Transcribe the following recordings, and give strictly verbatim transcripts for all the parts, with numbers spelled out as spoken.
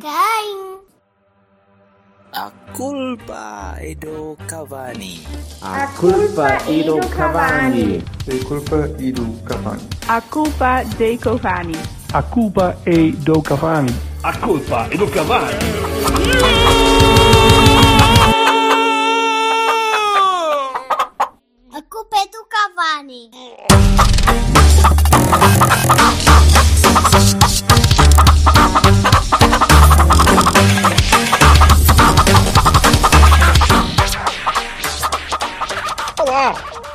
Quem? A culpa é do Cavani. A culpa é do Cavani. A culpa é do Cavani. A culpa dei Cavani. A culpa é do Cavani. A culpa é do Cavani. A culpa é do Cavani. Olá!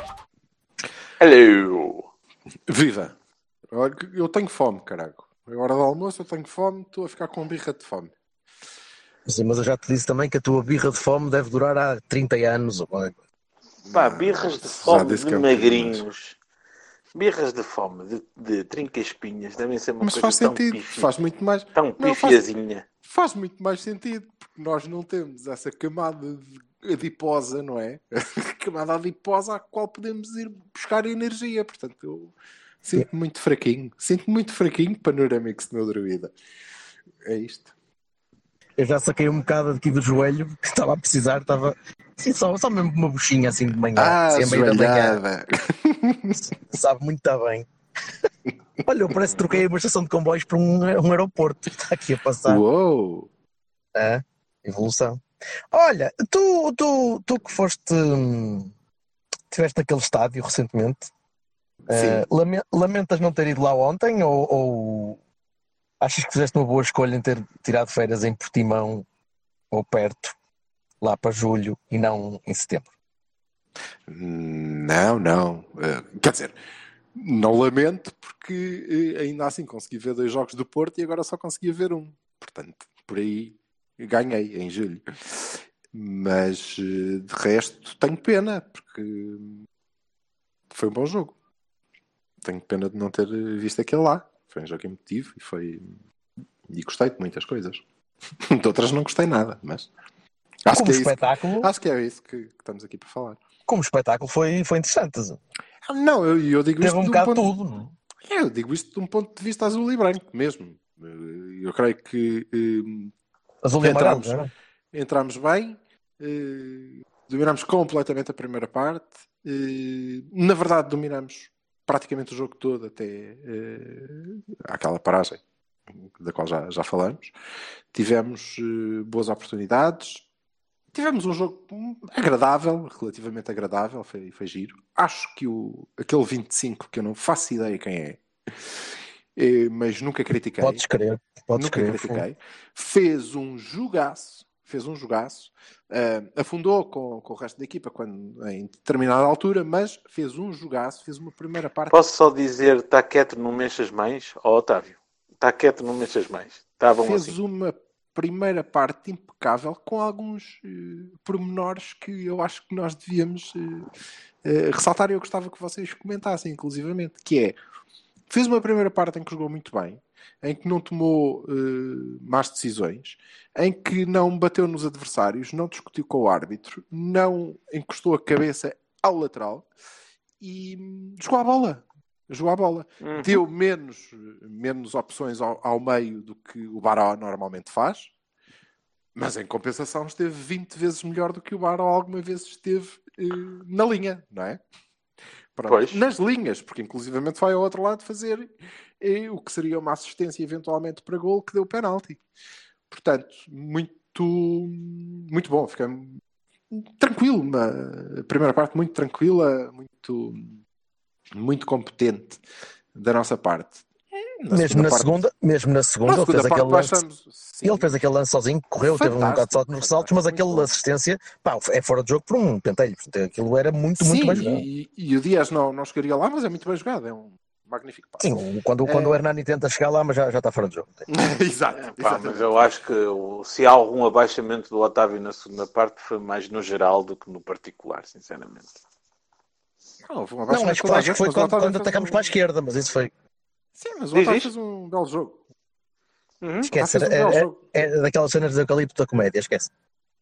Hello! Viva! Olha, eu tenho fome, caraca. Agora do almoço eu tenho fome, estou a ficar com birra de fome. Sim, mas eu já te disse também que a tua birra de fome deve durar há trinta anos. Ou... Pá, birras de fome de magrinhos. Birras de fome, de, de trinca-espinhas, devem ser uma mas coisa faz tão sentido, pifi, faz muito mais... tão não, pifiazinha. Faz, faz muito mais sentido, porque nós não temos essa camada de adiposa, não é? Camada adiposa à qual podemos ir buscar energia. Portanto, eu sinto-me muito fraquinho. Sinto-me muito fraquinho, panorâmico, senhor Druida. É isto. Eu já saquei um bocado aqui do joelho, que estava a precisar, estava... Sim, só, só mesmo uma buchinha assim de manhã. Ah, assim, a meio da manhã. Sabe muito está bem. Olha, eu parece que troquei uma estação de comboios para um, um aeroporto. Está aqui a passar. Uou! É, evolução. Olha, tu, tu, tu que foste... Estiveste naquele estádio recentemente. Uh, lame, lamentas não ter ido lá ontem ou, ou achas que fizeste uma boa escolha em ter tirado férias em Portimão ou perto, lá para julho e não em setembro? Não, não. Uh, quer dizer, não lamento porque uh, ainda assim consegui ver dois jogos do Porto e agora só conseguia ver um. Portanto, por aí ganhei em julho. Mas uh, de resto tenho pena porque foi um bom jogo. Tenho pena de não ter visto aquele lá. Foi um jogo emotivo e foi... E gostei de muitas coisas. De outras não gostei nada, mas... Acho Como que é espetáculo... Isso que... Acho que é isso que, que estamos aqui para falar. Como espetáculo foi, foi interessante. Não, eu, eu digo Teve isto um de um bocado ponto... tudo, não é? Eu digo isto de um ponto de vista azul e branco mesmo. Eu creio que... Um, azul e entramos, amarelo, entramos bem. Uh, dominamos completamente a primeira parte. Uh, na verdade, dominamos praticamente o jogo todo até uh, àquela paragem da qual já, já falamos. Tivemos uh, boas oportunidades. Tivemos um jogo agradável, relativamente agradável, foi, foi giro. Acho que o, aquele vinte e cinco, que eu não faço ideia quem é, é mas nunca critiquei. Podes crer, podes nunca crer, critiquei. Foi. Fez um jogaço, fez um jogaço. Uh, afundou com, com o resto da equipa quando, em determinada altura, mas fez um jogaço, fez uma primeira parte. Posso só dizer, está quieto, não mexas mais? Ó, oh, Otávio, está quieto, não mexas mais. Estavam fez assim. uma primeira parte impecável com alguns uh, pormenores que eu acho que nós devíamos uh, uh, ressaltar e eu gostava que vocês comentassem, inclusivamente, que é, fez uma primeira parte em que jogou muito bem, em que não tomou uh, más decisões, em que não bateu nos adversários, não discutiu com o árbitro, não encostou a cabeça ao lateral e hum, jogou a bola. Jogou a bola. Uhum. Deu menos, menos opções ao, ao meio do que o Baró normalmente faz, mas em compensação esteve vinte vezes melhor do que o Baró alguma vez esteve uh, na linha, não é? Pois. Nas linhas, porque inclusivamente foi ao outro lado fazer eh, o que seria uma assistência eventualmente para gol que deu o penalti. Portanto, muito, muito bom. Fiquei tranquilo. Uma primeira parte muito tranquila, muito, muito competente da nossa parte. Na mesmo, na parte... segunda, mesmo na segunda, na ele, segunda fez aquele lance, achamos, ele fez aquele lance sozinho, correu, fantástico, teve um bocado de salto nos ressaltos, mas aquela assistência pá, é fora de jogo por um pentelho. Portanto, aquilo era muito, sim, muito bem jogado. E, e o Dias não, não chegaria lá, mas é muito bem jogado. É um magnífico passo. Sim, quando, é... quando o Hernani tenta chegar lá, mas já, já está fora de jogo. Exato. É, pá, mas eu acho que se há algum abaixamento do Otávio na segunda parte foi mais no geral do que no particular, sinceramente. Não, um não acho, que, acho que foi quando, quando atacamos um... para a esquerda, mas isso foi... Sim, mas o Otávio fez um belo jogo. Uhum. Esquece, um é, é, jogo. É, é daquelas cenas de eucalipto da comédia, esquece.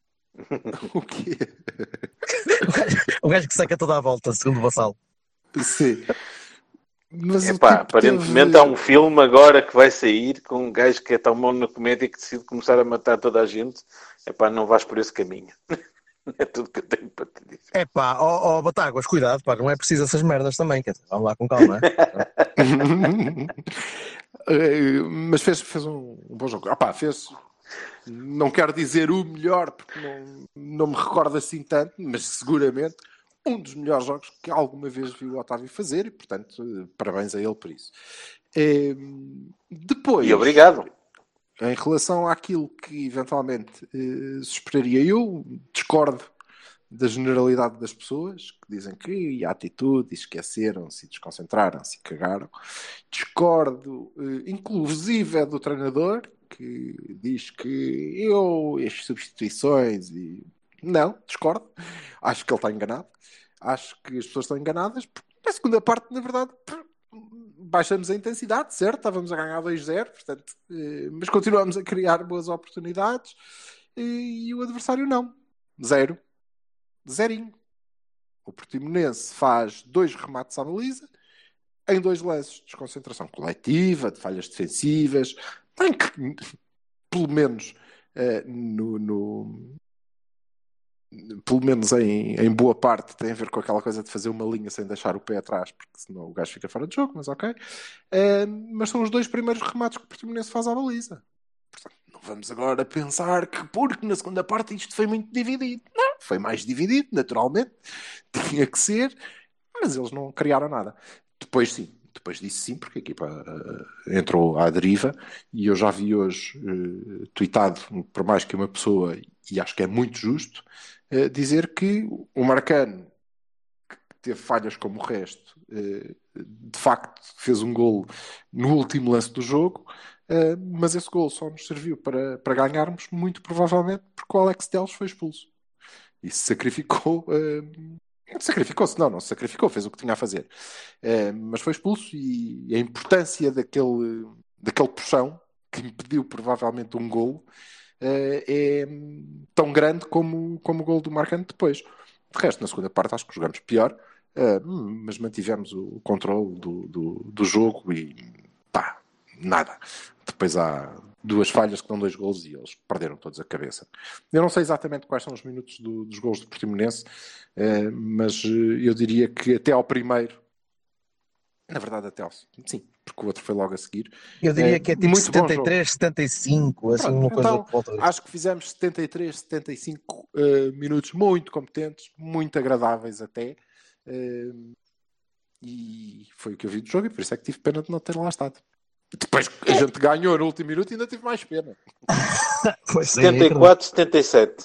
O quê? o, gajo, o gajo que seca toda a volta, segundo o Vassal. Sim. Mas o Epá, tipo aparentemente teve- há um filme agora que vai sair com um gajo que é tão bom na comédia que decide começar a matar toda a gente. Epá, não vais por esse caminho. É tudo que eu tenho para te dizer. É pá, ó oh, Batáguas, cuidado, pá, não é preciso essas merdas também, quer dizer, vamos lá com calma, é? Eh, mas fez, fez um, um bom jogo. Ah, pá, fez. Não quero dizer o melhor, porque não, não me recordo assim tanto, mas seguramente um dos melhores jogos que alguma vez vi o Otávio fazer e, portanto, eh, parabéns a ele por isso. Eh, depois, E obrigado. em relação àquilo que eventualmente eh, se esperaria, eu discordo da generalidade das pessoas que dizem que a atitude, esqueceram-se, desconcentraram-se e cagaram. Discordo, eh, inclusive, é do treinador que diz que eu, as substituições e... Não, discordo. Acho que ele está enganado. Acho que as pessoas estão enganadas porque na segunda parte, na verdade, baixamos a intensidade, certo? Estávamos a ganhar dois zero, portanto, eh, mas continuamos a criar boas oportunidades e, e o adversário não. Zero. Zerinho. O Portimonense faz dois remates à baliza em dois lances de desconcentração coletiva, de falhas defensivas. Tem que, pelo menos, eh, no, no- pelo menos em, em boa parte, tem a ver com aquela coisa de fazer uma linha sem deixar o pé atrás, porque senão o gajo fica fora de jogo, mas ok. Eh, mas são os dois primeiros remates que o Portimonense faz à baliza. Portanto, não vamos agora pensar que porque na segunda parte isto foi muito dividido. Não, foi mais dividido, naturalmente. Tinha que ser, mas eles não criaram nada. Depois sim, depois disso sim, porque a equipa uh, entrou à deriva e eu já vi hoje uh, tweetado por mais que uma pessoa, e acho que é muito justo, uh, dizer que o Marcano, que teve falhas como o resto, uh, de facto fez um golo no último lance do jogo. Uh, mas esse gol só nos serviu para, para ganharmos, muito provavelmente porque o Alex Telles foi expulso e se sacrificou. Uh, sacrificou-se, não, não se sacrificou, fez o que tinha a fazer, uh, mas foi expulso. E a importância daquele, daquele puxão que impediu provavelmente um gol uh, é tão grande como, como o gol do Marcano depois. De resto, na segunda parte, acho que jogamos pior, uh, mas mantivemos o controle do, do, do jogo e pá, nada. Depois há duas falhas que dão dois golos e eles perderam todos a cabeça. Eu não sei exatamente quais são os minutos do, dos golos do Portimonense, eh, mas eu diria que até ao primeiro, na verdade até ao... Sim, porque o outro foi logo a seguir. Eu diria Eh, que é tipo muito bom setenta e três, setenta e cinco, assim, Pronto, uma coisa então, de volta disso. acho que fizemos setenta e três, setenta e cinco uh, minutos muito competentes, muito agradáveis até. Uh, e foi o que eu vi do jogo e por isso é que tive pena de não ter lá estado. Depois a gente ganhou no último minuto e ainda tive mais pena. Pois sim, setenta e quatro, setenta e sete.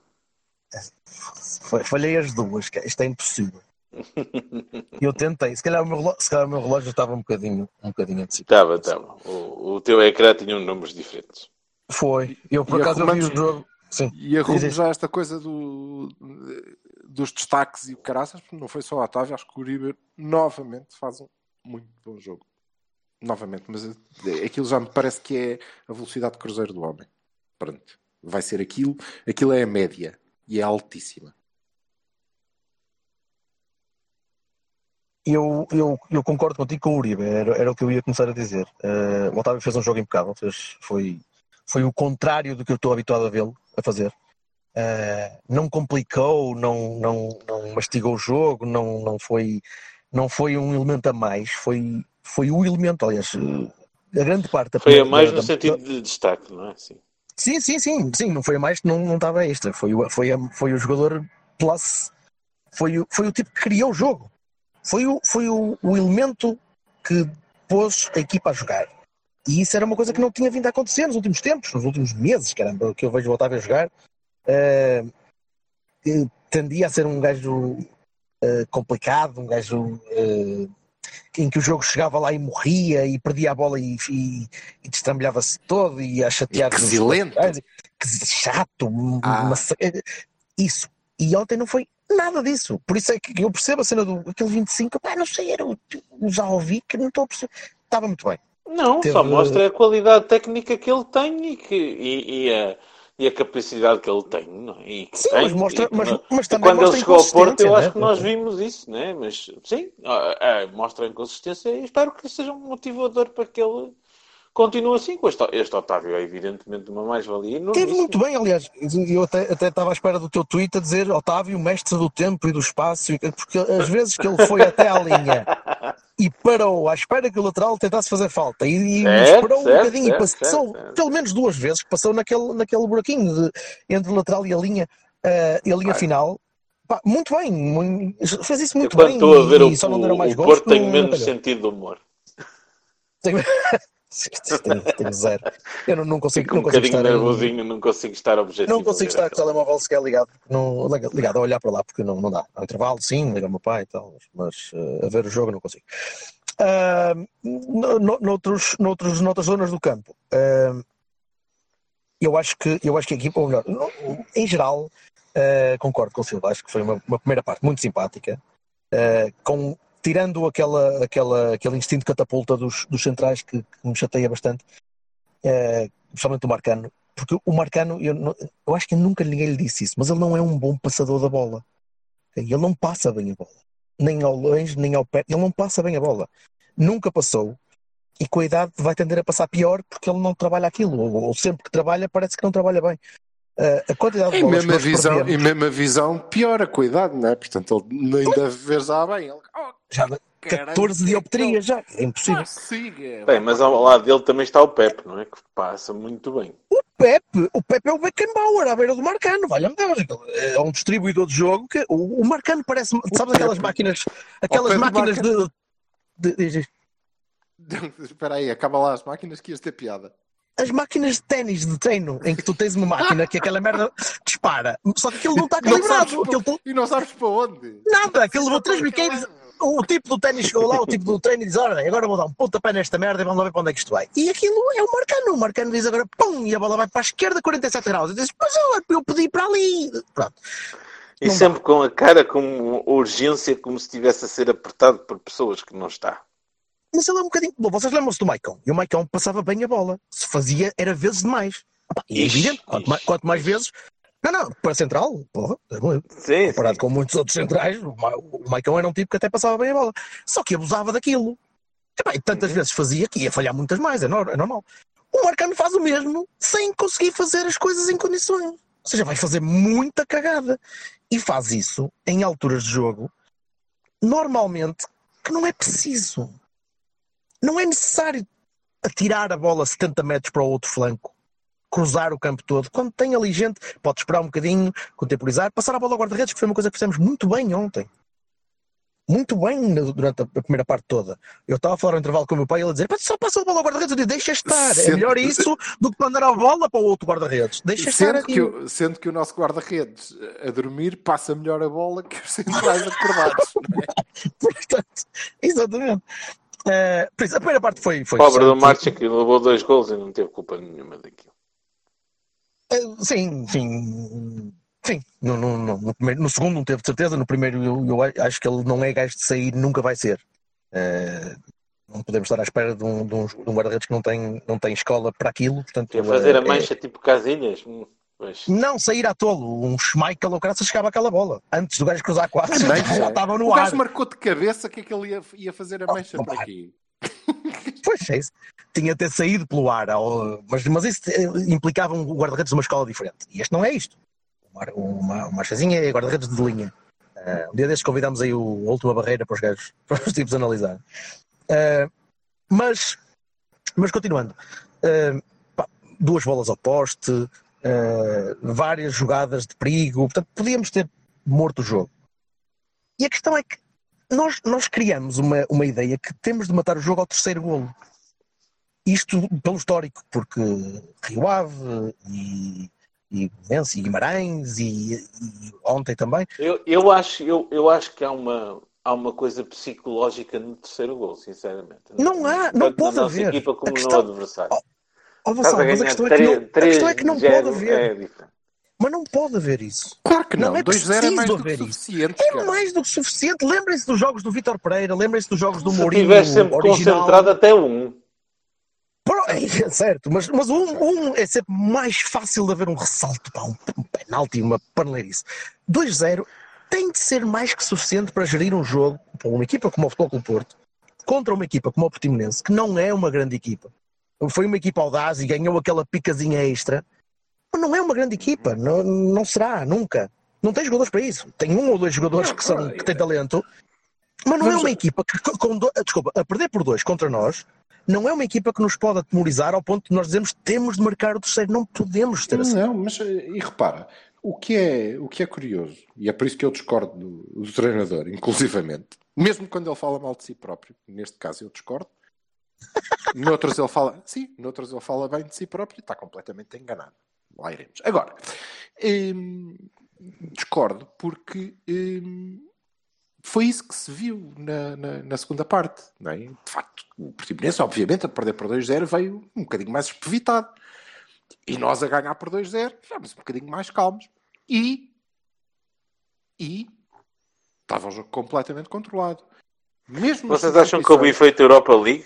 Foi- falhei as duas, que isto é impossível. Eu tentei, se calhar o meu relógio, se calhar o meu relógio estava um bocadinho, um bocadinho antecipado. Estava, estava. O, o teu ecrã tinha um números diferentes. Foi, eu por E acaso eu vi o arrumamos- jogo. Sim. E arrumo Diz isto. já esta coisa do, dos destaques e o caraças, porque não foi só o Otávio, acho que o Uribe novamente faz um muito bom jogo. Novamente, mas aquilo já me parece que é a velocidade de cruzeiro do homem. Pronto, vai ser aquilo. Aquilo é a média e é altíssima. Eu, eu, eu concordo contigo com o Uribe, era, era o que eu ia começar a dizer. Uh, o Otávio fez um jogo impecável, fez, foi, foi o contrário do que eu estou habituado a vê-lo a fazer. Uh, não complicou, não, não, não mastigou o jogo, não, não, foi, não foi um elemento a mais, foi, foi o elemento, aliás, uh, a grande parte da Foi a mais da- no da- sentido de destaque, não é? Sim. Sim, sim, sim, sim, não foi a mais, não, não estava extra, foi, o- foi, a- foi o jogador plus, foi, o- foi o tipo que criou o jogo, foi o, foi o, o elemento que pôs a equipa a jogar. E isso era uma coisa que não tinha vindo a acontecer nos últimos tempos, nos últimos meses, caramba, que eu vejo o Otávio a jogar. Uh, eh, tendia a ser um gajo uh, complicado, um gajo uh, em que o jogo chegava lá e morria e perdia a bola e, e, e destrambelhava-se todo e a chatear. E que silento. Que chato. Ah. Massa- isso. E ontem não foi nada disso. Por isso é que eu percebo a cena do aquele vinte e cinco. Pá, não sei, era, o- já ouvi que não estou a perceber. Estava muito bem. Não, Teve- só mostra a qualidade técnica que ele tem e, que, e, e, a, e a capacidade que ele tem, não é? E que sim, tem, mas, mostra, que mas, não, mas também quando ele mostra chegou ao Porto, eu acho né? que nós vimos isso, né? Mas sim, é, mostra a inconsistência e espero que seja um motivador para que ele continue assim. Com este, este Otávio é evidentemente uma mais-valia. Teve muito bem, aliás. Eu até, até estava à espera do teu tweet a dizer Otávio, mestre do tempo e do espaço, porque as vezes que ele foi até à linha e parou à espera que o lateral tentasse fazer falta e, e certo, esperou certo, um bocadinho certo, e passou certo, certo. pelo menos duas vezes que passou naquele, naquele buraquinho de, entre o lateral e a linha, uh, e a linha ah, final. Pá, muito bem, muito, fez isso muito eu, bem estou a ver e, o, e só não deram mais o gols. Porto tem menos sentido de humor. tenho, tenho zero. Eu não, não consigo, Fico não um consigo bocadinho estar nervosinho, em... não consigo estar objetivo. Não consigo estar com o telemóvel sequer ligado, não, ligado a olhar para lá, porque não, não dá. Ao intervalo, sim, liga o meu pai e tal, mas uh, a ver o jogo não consigo. Uh, no, no, noutros, noutros, noutras zonas do campo, uh, eu acho que eu acho que a equipa, ou melhor, no, em geral, uh, concordo com o Silva, acho que foi uma, uma primeira parte muito simpática, uh, com, tirando aquela, aquela, aquele instinto de catapulta dos, dos centrais que, que me chateia bastante, uh, principalmente o Marcano, porque o Marcano, eu, não, eu acho que nunca ninguém lhe disse isso, mas ele não é um bom passador da bola, ele não passa bem a bola. Nem ao longe, nem ao pé, ele não passa bem a bola. Nunca passou. E com a idade vai tender a passar pior porque ele não trabalha aquilo. Ou, ou sempre que trabalha parece que não trabalha bem. Uh, a quantidade de e bolas mesmo que a visão perdemos... E mesmo a visão piora com a idade, não é? Portanto, ele nem deve ver já bem. Ele... Oh, já catorze dioptrias, ele... já. É impossível. Ah, siga. Bem, mas ao lado dele também está o Pepe, não é? Que passa muito bem. O Pepe, o Pepe é o Beckenbauer à beira do Marcano, valha-me Deus. É um distribuidor de jogo que o, o Marcano parece, o sabes, Pepe. aquelas máquinas, aquelas máquinas de, de, de, de... Espera aí, acaba lá as máquinas que ias ter piada. As máquinas de ténis de treino, em que tu tens uma máquina que aquela merda dispara, só que aquilo não está calibrado. Não aquilo... para... E não sabes para onde? Nada, aquilo levou três biqueiros. O tipo do ténis chegou lá, o tipo do treino e diz: olha, agora vou dar um pontapé nesta merda e vamos lá ver para onde é que isto vai. E aquilo é o Marcano. O Marcano diz agora, pum, e a bola vai para a esquerda, quarenta e sete graus. E diz: mas eu, eu pedi para ali. Pronto. E não sempre dá. Com a cara com urgência, como se estivesse a ser apertado por pessoas que não está. Mas ele é um bocadinho. Bom, vocês lembram-se do Maicon? E o Maicon passava bem a bola. Se fazia, era vezes demais. E é evidente, quanto mais, quanto mais vezes. Não, não, para central, porra, sim, comparado sim. com muitos outros centrais, o Maicon era um tipo que até passava bem a bola. Só que abusava daquilo. E, bem, tantas uhum. vezes fazia que ia falhar muitas mais, é normal. O Marcano faz o mesmo sem conseguir fazer as coisas em condições. Ou seja, vai fazer muita cagada. E faz isso em alturas de jogo, normalmente, que não é preciso. Não é necessário atirar a bola setenta metros para o outro flanco, cruzar o campo todo. Quando tem ali gente, pode esperar um bocadinho, contemporizar, passar a bola ao guarda-redes, que foi uma coisa que fizemos muito bem ontem. Muito bem durante a primeira parte toda. Eu estava a falar no intervalo com o meu pai e ele a dizer: só passa a bola ao guarda-redes. Eu disse: deixa estar. Sendo... É melhor isso do que mandar a bola para o outro guarda-redes. Deixa sendo estar. Que eu, sendo que o nosso guarda-redes a dormir passa melhor a bola que os centrais acordados. É? Portanto, exatamente. Uh, por isso, a primeira parte foi. foi Pobre do Marcha que levou dois gols e não teve culpa nenhuma daquilo. Uh, sim, sim. Sim, no, no, no, no, primeiro, no segundo não teve certeza, no primeiro eu, eu acho que ele não é gajo de sair, nunca vai ser. Uh, não podemos estar à espera de um, de um, de um guarda-redes que não tem, não tem escola para aquilo. Portanto, ia fazer uh, a mancha é... tipo Casilhas? Pois. Não, sair à tolo. Um Schmeichel ou graça chegava àquela bola. Antes do gajo cruzar quatro, já, já estava no o ar. O gajo marcou de cabeça que, é que ele ia, ia fazer a mancha oh, para aqui. Pois é isso. Tinha de ter saído pelo ar, mas, mas isso implicava um guarda-redes de uma escola diferente. E este não é isto. Uma, uma chazinha é guarda-redes de linha. Uh, um dia destes convidámos aí o, a última barreira para os gajos, para os tipos analisar. Uh, mas, mas continuando, uh, pá, duas bolas ao poste, uh, várias jogadas de perigo, portanto podíamos ter morto o jogo. E a questão é que nós, nós criamos uma, uma ideia que temos de matar o jogo ao terceiro golo. Isto pelo histórico, porque Rio Ave e e Vence, e Guimarães, e, e ontem também. Eu, eu, acho, eu, eu acho que há uma, há uma coisa psicológica no terceiro gol, sinceramente. Não há, não Tanto pode na haver. Nossa equipa como a questão... no adversário. Oh, oh, Vassal, mas a questão, três, é que não, a questão é que não pode haver. É mas não pode haver isso. Claro que não. Não é dois a zero é mais do que suficiente. Isso. É mais do que suficiente. Lembrem-se dos jogos do Vítor Pereira, lembrem-se dos jogos do Se Mourinho estiver sempre original. concentrado até um. Pro- é, certo, mas, mas um, um é sempre mais fácil de haver um ressalto, pá, um, um penalti, uma paneleirice. dois zero tem de ser mais que suficiente para gerir um jogo para uma equipa como o Futebol Clube Porto contra uma equipa como o Portimonense, que não é uma grande equipa. Foi uma equipa audaz e ganhou aquela picazinha extra, mas não é uma grande equipa, não, não será, nunca. Não tem jogadores para isso. Tem um ou dois jogadores que, são, que têm talento, mas não é uma equipa que, com do, desculpa, a perder por dois contra nós, não é uma equipa que nos pode atemorizar ao ponto de nós dizermos que temos de marcar o terceiro. Não podemos ter assim. Não, mas e repara, o que é, o que é curioso, e é por isso que eu discordo do, do treinador, inclusivamente, mesmo quando ele fala mal de si próprio, neste caso eu discordo, noutros ele fala, sim, noutros ele fala bem de si próprio e está completamente enganado. Lá iremos. Agora, hum, discordo porque hum, foi isso que se viu na, na, na segunda parte. Não é? De facto, o Portimonense, obviamente, a perder por dois zero veio um bocadinho mais espevitado. E nós a ganhar por dois zero, estávamos um bocadinho mais calmos. E, e estava o jogo completamente controlado. Mesmo Vocês acham que houve efeito Europa League?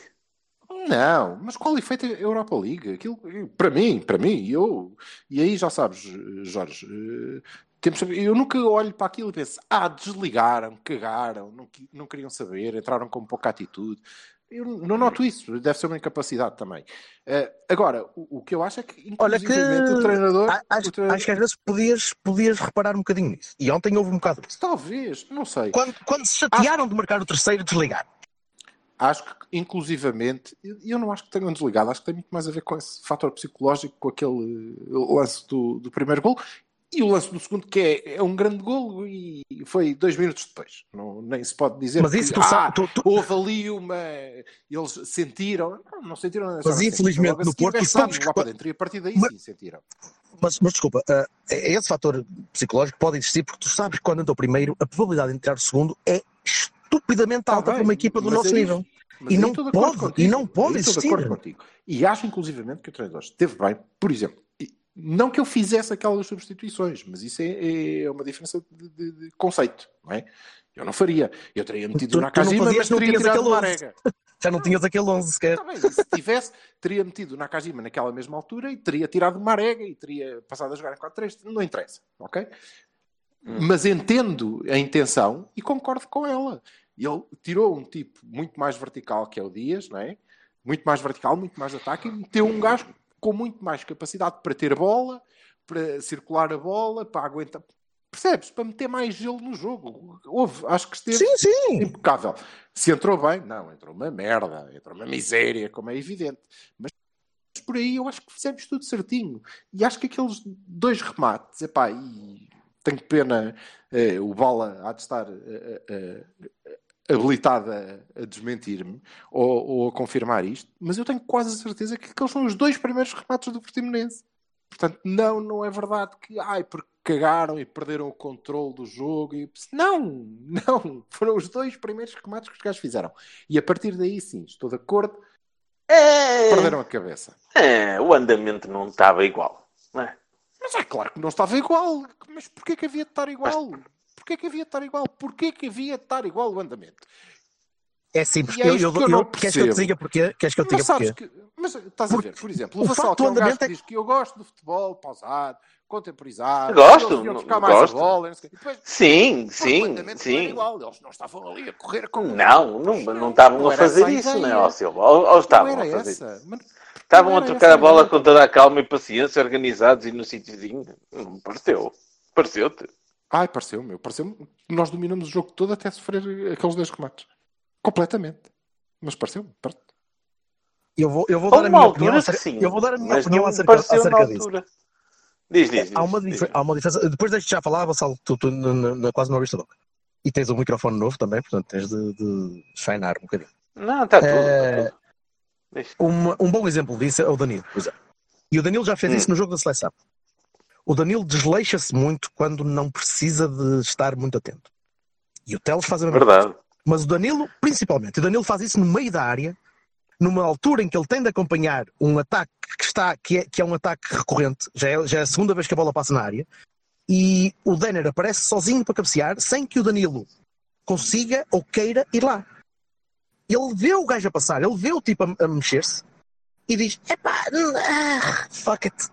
Não, mas qual efeito é a Europa League? Aquilo, para mim, para mim, eu, e aí já sabes, Jorge, temos, eu nunca olho para aquilo e penso, ah, desligaram, cagaram, não, não queriam saber, entraram com pouca atitude. Eu não noto isso, deve ser uma incapacidade também. Uh, agora, o, o que eu acho é que, Olha que o treinador... Acho, o treinador... acho que às vezes podias, podias reparar um bocadinho nisso. E ontem houve um bocado disso. Talvez, não sei. Quando, quando se chatearam acho... de marcar o terceiro, desligaram. Acho que, inclusivamente, eu não acho que tenham desligado, acho que tem muito mais a ver com esse fator psicológico, com aquele lance do, do primeiro golo, e o lance do segundo, que é, é um grande golo, e foi dois minutos depois. Não, nem se pode dizer mas isso que tu ah, sabe, tu, tu... houve ali uma... Eles sentiram... Não, não sentiram... Mas infelizmente no Porto... Sabes, lá para dentro, e a partir daí mas... sim sentiram. Mas, mas desculpa, uh, esse fator psicológico pode existir, porque tu sabes que quando entra o primeiro, a probabilidade de entrar o segundo é estupidamente alta tá para uma equipa do nosso é nível. E não, pode, e não pode existir. E acho, inclusivamente, que o treinador esteve bem. Por exemplo, não que eu fizesse aquelas substituições, mas isso é, é uma diferença de, de, de conceito, não é? Eu não faria. Eu teria metido tu, o Nakajima, fazias, mas teria tirado o Marega. Já não tinhas aquele onze sequer. Tá bem, se tivesse, teria metido o Nakajima naquela mesma altura e teria tirado o Marega e teria passado a jogar em quatro três. Não interessa, ok? Hum. Mas entendo a intenção e concordo com ela. Ele tirou um tipo muito mais vertical que é o Dias, não é? Muito mais vertical, muito mais ataque, e meteu um gajo com muito mais capacidade para ter bola, para circular a bola, para aguentar... Percebes? Para meter mais gelo no jogo. Houve, acho que esteve sim, sim. impecável. Se entrou bem, não, entrou uma merda, entrou uma miséria, como é evidente. Mas por aí eu acho que fizemos tudo certinho. E acho que aqueles dois remates, epá, e tenho pena, eh, o Bala há de estar... Eh, eh, habilitada a desmentir-me ou, ou a confirmar isto, mas eu tenho quase a certeza que aqueles são os dois primeiros remates do Portimonense. Portanto, não, não é verdade que ai, porque cagaram e perderam o controle do jogo. E... Não, não. Foram os dois primeiros remates que os gajos fizeram. E a partir daí, sim, estou de acordo, é... perderam a cabeça. É, o andamento não estava igual, não é? Mas é claro que não estava igual. Mas porquê que havia de estar igual? Mas... Porquê que havia de estar igual? Porquê que havia de estar igual o andamento? É simples. É eu, eu, que eu eu, queres que eu te diga porquê? Queres que eu te diga porquê? Que, mas estás a ver, por exemplo, o, o Vassal, que é um gajo que é... diz que eu gosto do futebol pausado, contemporizado. Gosto, não, buscar mais a bola. Depois, sim, sim, sim. Igual. Eles não estavam ali a correr com... Não, não, não, não estavam não a fazer isso, não é, ó Silva? Ou, ou estavam a fazer essa. isso? Mas, estavam a trocar a bola com toda a calma e paciência, organizados e no sítiozinho. Não me pareceu. Pareceu-te? Ai, pareceu-me. Pareceu-me que nós dominamos o jogo todo até sofrer aqueles dois remates. Completamente. Mas pareceu-me. Pareceu. Eu vou, eu vou dar a minha opinião acerca, sim, eu vou dar a minha opinião não acerca, acerca disso. Diz, diz, diz, há, uma diz, difer- há uma diferença. Depois deixo-te já falar, Vassal, tu, tu na, na, quase não ouviste a boca. E tens um microfone novo também, portanto tens de, de shinar um bocadinho. Não, está tudo. É, tá tudo. Um, um bom exemplo disso é o Danilo, por exemplo. E o Danilo já fez hum. isso no jogo da seleção. O Danilo desleixa-se muito quando não precisa de estar muito atento. E o Teles faz a mesma Verdade. coisa. Mas o Danilo, principalmente, o Danilo faz isso no meio da área, numa altura em que ele tem de acompanhar um ataque que, está, que, é, que é um ataque recorrente, já é, já é a segunda vez que a bola passa na área, e o Denner aparece sozinho para cabecear, sem que o Danilo consiga ou queira ir lá. Ele vê o gajo a passar, ele vê o tipo a, a mexer-se, e diz, epá, ah, fuck it.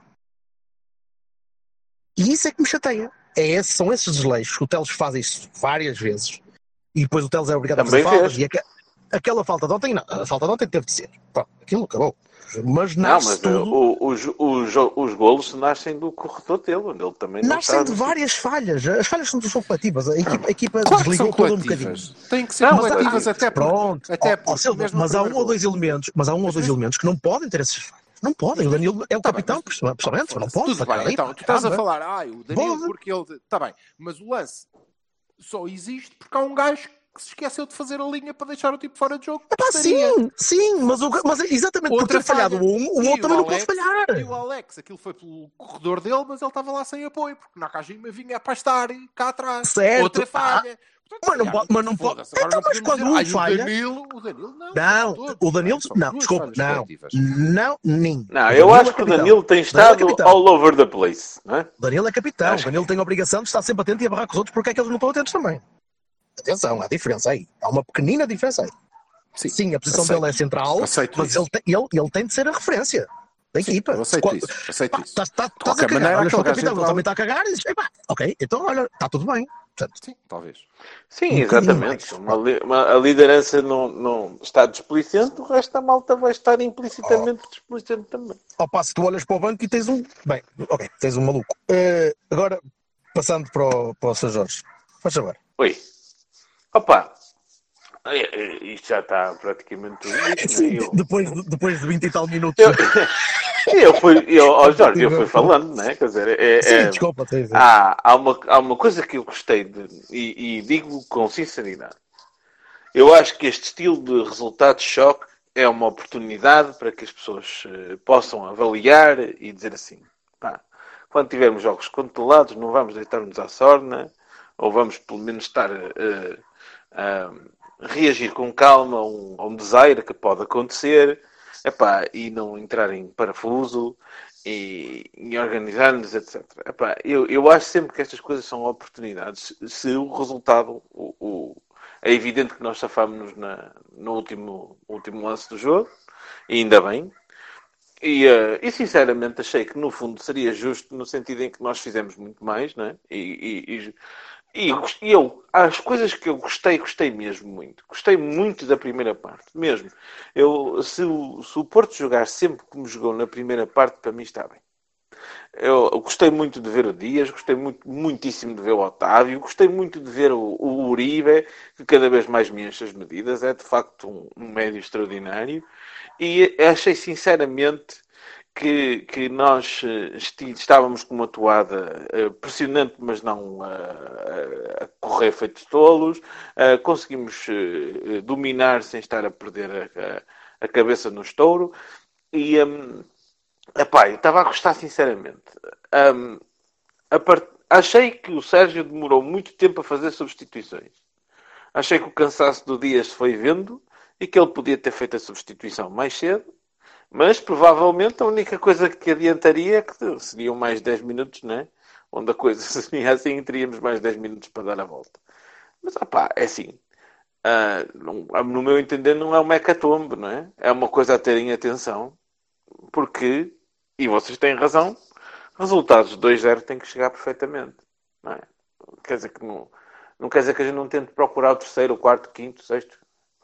E isso é que me chateia. É esse, são esses desleixos. O Teles faz isso várias vezes e depois o Teles é obrigado Também a fazer faltas. fez. E aqua, aquela falta de ontem, não. A falta de ontem teve de ser. Pá, aquilo acabou. Mas não, nasce mas tudo... o, os, os, os golos nascem do corredor dele, onde ele também não nascem está... de várias falhas. As falhas são, são coletivas. A equipa, a equipa Claro que desligou são tudo um bocadinho. coletivas. Têm que ser Não, coletivas mas- até por... Pronto, Até ó, por ó, Silva, mesmo no mas há um primeiro ou gol. dois elementos, mas há um ou Mas dois mesmo- elementos que não podem ter esses falhas. Não podem. O Danilo é o Tá bem, capitão, mas- pessoalmente, não pode. Tudo pá, bem, aí, então pá, tu estás a caramba. falar, ai, o Danilo, Boa. porque ele. Está bem, mas o lance só existe porque há um gajo que se esqueceu de fazer a linha para deixar o tipo fora de jogo. Epá, Gostaria. sim, sim, mas, o, mas exatamente por Outra ter falhado falha. um, o E outro também não Alex- pode falhar. E o Alex, aquilo foi pelo corredor dele, mas ele estava lá sem apoio, porque Nakajima vinha para estar cá atrás. Certo. Outra falha. Portanto, Mas não já, pode- mas não pode- foda-se, agora Então, não mas podemos quando dizer, um "Ai, falha- O Danilo, o Danilo não. Não, todos, o Danilo, são não, duas desculpa, falhas não, coletivas. não, nem. Não, O eu Danilo acho é que o capitão. Danilo tem Danilo é estado capitão. all over the place, não é? O Danilo é capitão, Acho o Danilo tem a obrigação de estar sempre atento e a barrar com os outros porque é que eles não estão atentos também. Atenção, há diferença aí. Há uma pequenina diferença aí. Sim, Sim, a posição aceito. dele é central, Aceito mas isso. ele tem, ele, ele tem de ser a referência da equipa. eu aceito Qual- isso, aceito Pá, isso. Estás estás- De estás a qualquer cagar, maneira, olhas para o aquele gajo capitão, ele central- também está a cagar e dizes, epá, ok, então olha, está tudo bem. Portanto, Sim, talvez. Sim, Um bocadinho exatamente. mais. Uma, li- uma- a liderança não, não está displicente, o resto da malta vai estar implicitamente displicente também. ao passo que tu olhas para o banco e tens um... Bem, ok, tens um maluco. Eh, agora, passando para o, para o Sr. Jorge. Faz favor. Oi. Opa, é, é, isto já está praticamente tudo dito, né? Eu- Depois, de, depois de vinte e tal minutos. Eu, eu fui, eu, ó, Jorge, eu fui falando, né? Quer dizer, é, Sim, é- desculpa, tens há, há, uma, há uma coisa que eu gostei de, e, e digo com sinceridade. Eu acho que este estilo de resultado de choque é uma oportunidade para que as pessoas eh, possam avaliar e dizer assim, pá, quando tivermos jogos controlados, não vamos deitar-nos à sorna, ou vamos pelo menos estar eh, a reagir com calma a um, a um desaire que pode acontecer, epá, e não entrar em parafuso e, e organizar-nos, etcétera. Epá, eu, eu acho sempre que estas coisas são oportunidades. Se o resultado, o, o, é evidente que nós safámos-nos na, no último, último lance do jogo, e ainda bem. E, uh, e sinceramente achei que no fundo seria justo no sentido em que nós fizemos muito mais, né? E, e, e, e eu, e eu, as coisas que eu gostei, gostei mesmo muito. Gostei muito da primeira parte, mesmo. Eu, se, o, se o Porto jogar sempre como jogou na primeira parte, para mim está bem. Eu, eu gostei muito de ver o Dias, gostei muito, muitíssimo de ver o Otávio, gostei muito de ver o, o Uribe, que cada vez mais me enche as medidas, é de facto um, um médio extraordinário. E achei sinceramente que, que nós esti- estávamos com uma toada uh, pressionante, mas não uh, a correr feitos tolos. Uh, conseguimos uh, dominar sem estar a perder a, a, a cabeça no estouro. E um, epá, eu estava a gostar sinceramente. Um, a part... Achei que o Sérgio demorou muito tempo a fazer substituições. Achei que o cansaço do Dias se foi vendo e que ele podia ter feito a substituição mais cedo, mas provavelmente a única coisa que adiantaria é que seriam mais dez minutos, né? Onde a coisa seria assim, teríamos mais dez minutos para dar a volta. Mas, opá, é assim. Uh, não, no meu entender, não é uma hecatombe, não é? É uma coisa a terem atenção, porque, e vocês têm razão, resultados de dois zero têm que chegar perfeitamente, não é? Quer dizer que não, não quer dizer que a gente não tente procurar o terceiro, o quarto, o quinto, o sexto,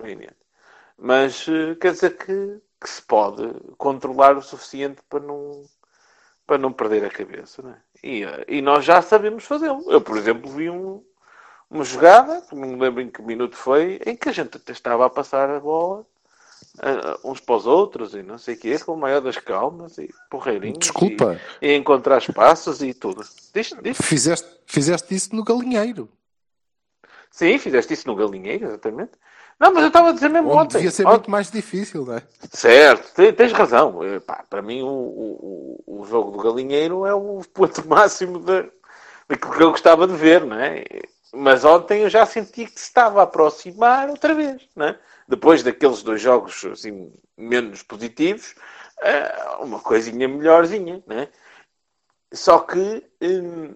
mas uh, quer dizer que, que se pode controlar o suficiente para não, para não perder a cabeça, não é? E, uh, e nós já sabemos fazê-lo. Eu, por exemplo, vi um, uma jogada, não me lembro em que minuto foi, em que a gente até estava a passar a bola uh, uns para os outros e não sei o quê, com o maior das calmas e porreirinhos. Desculpa. E, e encontrar espaços e tudo. Diz, diz. Fizeste, fizeste isso no galinheiro. Sim, fizeste isso no galinheiro, exatamente. Não, mas eu estava a dizer mesmo Onde ontem. devia ser Ontem. muito mais difícil, não é? Certo, tens, tens razão. Epá, para mim, o, o, o jogo do galinheiro é o ponto máximo de, daquilo que eu gostava de ver, não é? Mas ontem eu já senti que se estava a aproximar outra vez, não é? Depois daqueles dois jogos assim, menos positivos, uma coisinha melhorzinha, não é? Só que, hum,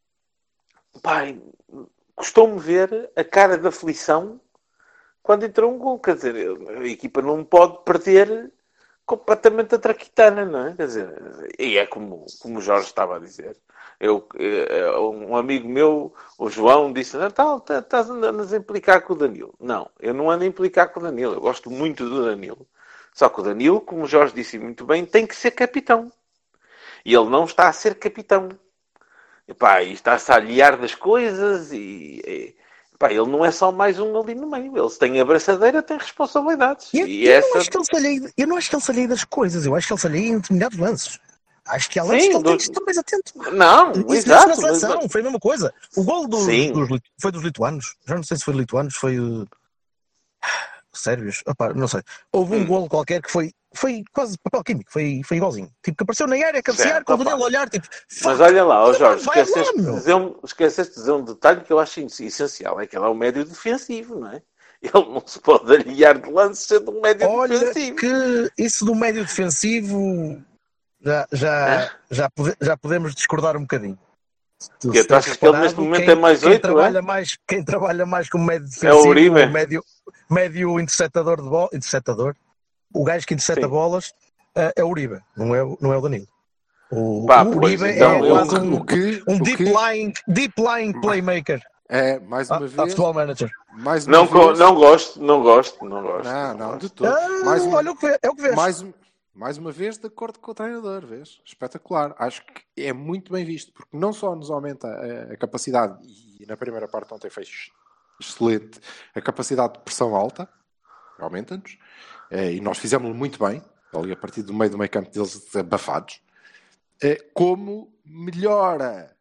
pai, custou-me ver a cara de aflição quando entrou um gol. Quer dizer, a equipa não pode perder completamente a traquitana, não é? Quer dizer, e é como, como o Jorge estava a dizer. Eu, um amigo meu, o João, disse: ah, tá, tá, estás andando a implicar com o Danilo. Não, eu não ando a implicar com o Danilo. Eu gosto muito do Danilo. Só que o Danilo, como o Jorge disse muito bem, tem que ser capitão. E ele não está a ser capitão. E, pá, e está-se a aliar das coisas e... e pá, ele não é só mais um ali no meio. Ele, se tem a abraçadeira, tem responsabilidades. Eu, e eu, essa... não acho que ele se alheie, eu não acho que ele se alheie das coisas. Eu acho que ele se alheia em determinados lances. Acho que há lances Sim, que ele do... tem que estar mais atento. Não, Isso exato. na seleção, mas... foi a mesma coisa. O gol dos, Sim. dos, foi dos lituanos. Já não sei se foi lituanos, foi... Uh... Sérvios? Opa, não sei. Houve um hum. golo qualquer que foi, foi quase papel químico, foi, foi igualzinho. Tipo, que apareceu na área, a cabecear, Certo, com o opa. Danilo a olhar, tipo... Mas olha lá, ó Jorge, vai esqueceste, lá, de dizer um, esqueceste de dizer um detalhe que eu acho essencial. É que ele é um médio defensivo, não é? Ele não se pode aliar de lance sendo um médio Olha defensivo. que isso do médio defensivo já, já, já, pode, já podemos discordar um bocadinho. Tu, Que tu achas que ele neste momento quem, é mais quem oito, trabalha é? mais Quem trabalha mais como médio É defensivo, o Uribe. médio, médio interceptador de bola, interceptador, o gajo que intercepta Sim. bolas uh, é o Uribe, não é, não é o Danilo. O, Pá, o pois, Uribe então é eu- quase um, o que, um o deep, que lying, deep lying playmaker. é, mais Ah, uma ah, vez, futebol manager. mais uma Não, co- vez, não gosto, não gosto, não gosto. não, não, de gosto. todo. Ah, mais uma, olha o que vê, é o que vês. mais, um- mais uma vez, de acordo com o treinador, vês? Espetacular. Acho que é muito bem visto, porque não só nos aumenta a, a capacidade, e na primeira parte ontem fez excelente, a capacidade de pressão alta, aumenta-nos, eh, e nós fizemos-lo muito bem, ali a partir do meio do meio campo deles abafados, eh, como melhora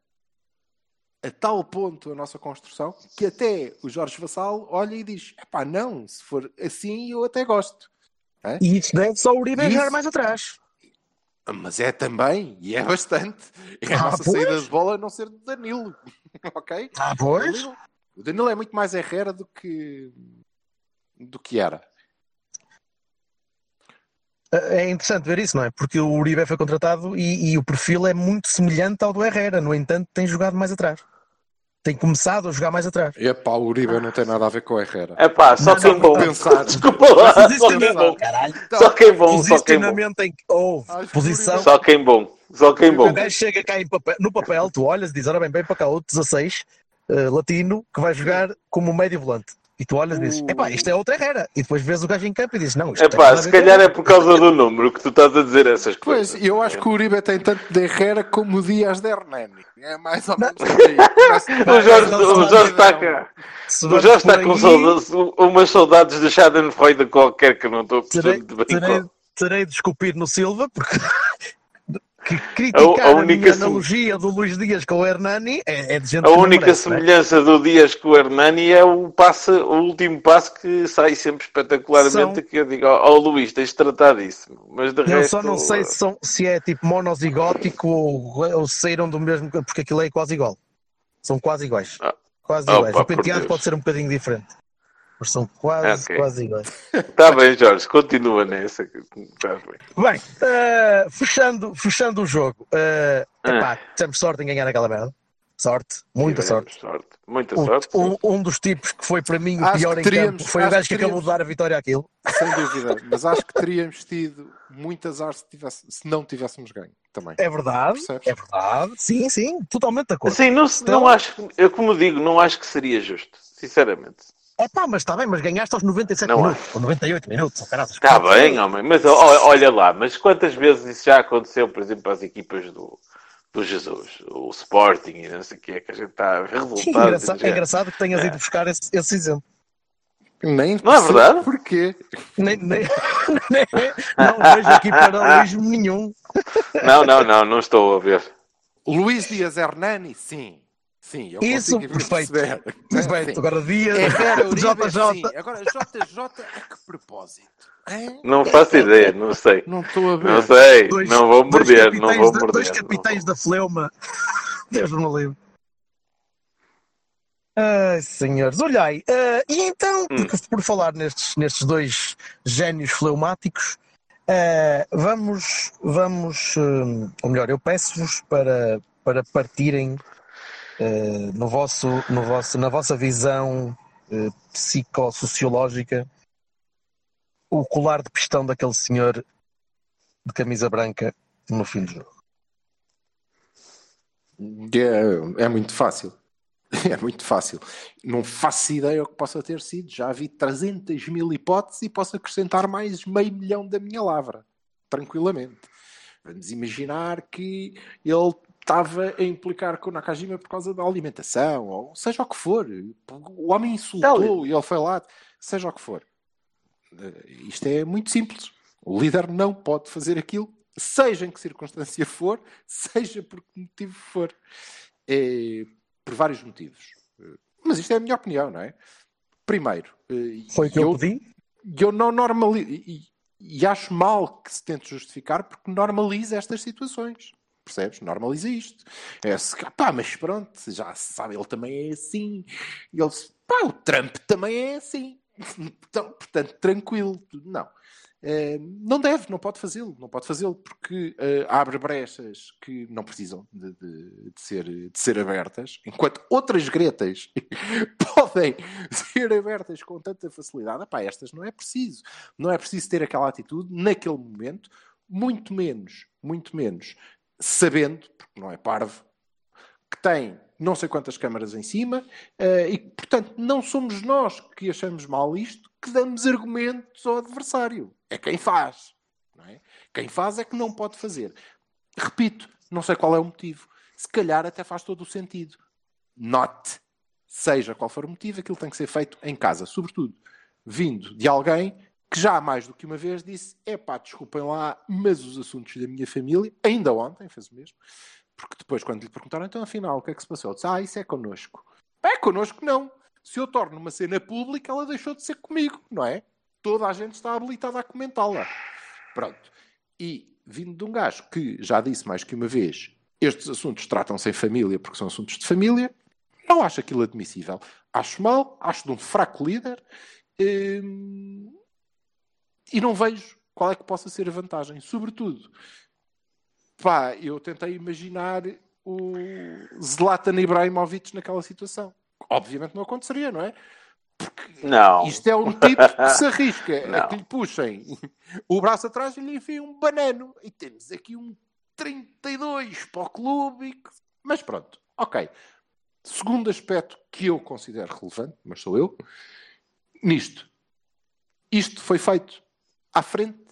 a tal ponto a nossa construção, que até o Jorge Vassal olha e diz: epá, não, se for assim eu até gosto. É? E isso deve só o Uribe Isso- jogar mais atrás. Mas é também, e é bastante. É a Ah, nossa pois. saída de bola não ser de Danilo. Ok? Ah, pois. Danilo- o Danilo é muito mais Herrera do que do que era. É interessante ver isso, não é? Porque o Uribe foi contratado e, e o perfil é muito semelhante ao do Herrera. No entanto, tem jogado mais atrás. Tem começado a jogar mais atrás. Epá, o Uribe não tem nada a ver com o Herrera. É pá, só Não, quem não, bom. pensar. Desculpa lá, só quem Posicionamento, bom. caralho. Só quem bom, só quem bom. Posicionamento em que houve. Acho que Posição. o Só quem bom. Só quem bom. O gajo chega cá em papel, no papel, tu olhas e dizes: ora bem, bem para cá, outro dezasseis, eh, latino, que vai jogar como médio volante. E tu olhas e dizes: epá, isto é outra Herrera. E depois vês o gajo em campo e dizes: não, isto É tem nada pá, a se ver com calhar é ele. por causa do número que tu estás a dizer essas Pois, coisas. eu acho que o Uribe tem tanto de Herrera como o Dias de Hernani. É mais ou menos por aí. Começa- O Jorge, não, o não, Jorge não. está cá. Se O vamos Jorge está por com aí, saudades, umas saudades de Schadenfreude qualquer que eu não estou a perceber terei, muito bem terei, qual. terei de esculpir no Silva, porque que A- criticar a a, única minha sem- analogia do Luís Dias com o Hernani é, é de gente A que não única merece, não é? semelhança do Dias com o Hernani é o, passe, o último passo que sai sempre espetacularmente. São- Que eu digo, ó oh, Luís, tens de tratar disso. Mas de Eu resto. só não sei se, são, se é tipo monozigótico ou, ou se saíram do mesmo, porque aquilo é quase igual. São quase iguais. Ah. Quase Opa, iguais. O por penteado Deus. pode ser um bocadinho diferente. Mas são quase, Ok. quase iguais. Está bem, Jorge, continua nessa. Estás bem. Bem, eh, fechando, fechando o jogo. Uh, Ah. epá, temos sorte em ganhar aquela merda. Sorte, muita Tivemos sorte. Muita O- sorte. sim. um, um dos tipos que foi para mim o Acho pior que em teríamos- campo foi o acho gajo que que acabou de dar a vitória àquilo. Sem dúvida. Mas acho que teríamos tido muito azar se, tivesse, se não tivéssemos ganho também. É verdade, Percebes? é verdade. Sim, sim, totalmente de acordo. Sim, não, se- Então- não acho, eu como digo, não acho que seria justo, sinceramente. É pá, mas está bem, mas ganhaste aos noventa e sete Não minutos, ou noventa e oito minutos, ou caraças. Está bem, homem, mas ó, olha lá, mas quantas vezes isso já aconteceu, por exemplo, às equipas do, do Jesus, o Sporting e não sei o que é, que a gente está a ver Sim, resultados. engraçado, e é já- engraçado que tenhas É. ido buscar esse, esse exemplo. Nem Não é percebo verdade? Porquê? Nem, nem, nem- não vejo aqui paralelismo nenhum. Não, não, não, não estou a ver. Luís Dias Hernani, sim. Sim, eu Isso, consigo perfeito. perceber. Perfeito, Sim. agora dia Herrera, Uribe, J J. sim. Agora, J J, a que propósito? Hã? Não faço ideia, não sei. Não estou a ver. Não sei, Dois- não vou dois morder, não capitães vou da- morder. Dois não capitães vou. da fleuma. Deus me livre. Ai, senhores, olhai. eh, e então, Hum. porque por falar nestes, nestes dois génios fleumáticos, eh, vamos, vamos eh, ou melhor, eu peço-vos para, para partirem eh, no vosso, no vosso, na vossa visão eh, psicossociológica o colar de pistão daquele senhor de camisa branca no fim do jogo? É, é muito fácil. É muito fácil. Não faço ideia o que possa ter sido. Já vi trezentas mil hipóteses e posso acrescentar mais meio milhão da minha lavra. Tranquilamente. Vamos imaginar que ele estava a implicar com o Nakajima por causa da alimentação, ou seja o que for. O homem insultou e ele foi lá. Seja o que for. Isto é muito simples. O líder não pode fazer aquilo, seja em que circunstância for, seja por que motivo for. É... Por vários motivos. Mas isto é a minha opinião, não é? Primeiro, foi o que eu, eu pedi. Eu não normalizo. E, e acho mal que se tente justificar porque normaliza estas situações. Percebes? Normaliza isto. É assim, pá, mas pronto, já se sabe, ele também é assim. E ele, pá, o Trump também é assim. Então, portanto, tranquilo. Não. Uh, não deve, não pode fazê-lo, não pode fazê-lo porque uh, abre brechas que não precisam de, de, de, ser, de ser abertas, enquanto outras gretas podem ser abertas com tanta facilidade. Epá, estas não é preciso, não é preciso ter aquela atitude naquele momento, muito menos, muito menos, sabendo, porque não é parvo, que tem não sei quantas câmaras em cima uh, e, portanto, não somos nós que achamos mal isto, que damos argumentos ao adversário. É quem faz. Não é? Quem faz é que não pode fazer. Repito, não sei qual é o motivo. Se calhar até faz todo o sentido. Note, seja qual for o motivo, aquilo tem que ser feito em casa. Sobretudo, vindo de alguém que já mais do que uma vez disse, epá, desculpem lá, mas os assuntos da minha família, ainda ontem fez o mesmo, porque depois quando lhe perguntaram, então afinal, o que é que se passou? Eu disse, ah, isso é connosco. É connosco não. Se eu torno uma cena pública, ela deixou de ser comigo, não é? Toda a gente está habilitada a comentá-la. Pronto. E vindo de um gajo que já disse mais que uma vez, estes assuntos tratam-se em família porque são assuntos de família, não acho aquilo admissível. Acho mal, acho de um fraco líder hum, e não vejo qual é que possa ser a vantagem. Sobretudo, pá, eu tentei imaginar o Zlatan Ibrahimovic naquela situação. Obviamente não aconteceria, não é? Porque não. Isto é um tipo que se arrisca a que lhe puxem o braço atrás e lhe enfiem um banano. E temos aqui um trinta e dois para o clube. Mas pronto, ok. Segundo aspecto que eu considero relevante, mas sou eu, nisto. Isto foi feito à frente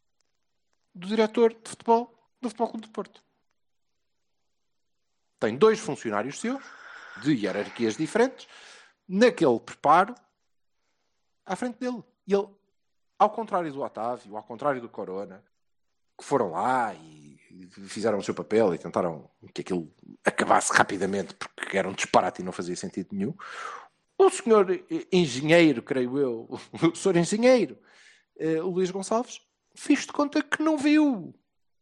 do diretor de futebol do Futebol Clube do Porto. Tem dois funcionários seus, de hierarquias diferentes, naquele preparo, à frente dele. E ele, ao contrário do Otávio, ao contrário do Corona, que foram lá e fizeram o seu papel e tentaram que aquilo acabasse rapidamente, porque era um disparate e não fazia sentido nenhum, o senhor engenheiro, creio eu, o senhor engenheiro, o Luís Gonçalves, fez de conta que não viu.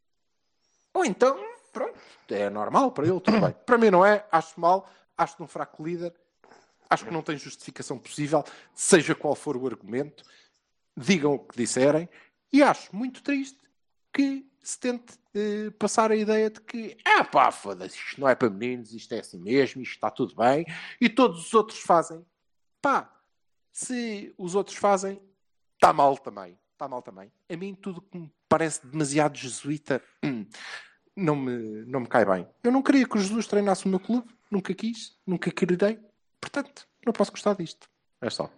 Ou então, pronto, é normal para ele, tudo bem. Para mim não é, acho mal, acho de um fraco líder, acho que não tem justificação possível, seja qual for o argumento, digam o que disserem, e acho muito triste que se tente eh, passar a ideia de que, ah pá, foda-se, isto não é para meninos, isto é assim mesmo, isto está tudo bem, e todos os outros fazem. Pá, se os outros fazem, está mal também, está mal também. A mim tudo que me parece demasiado jesuíta, hum, não me, não me cai bem. Eu não queria que o Jesus treinasse o meu clube, nunca quis, nunca quererei, portanto, não posso gostar disto. É só.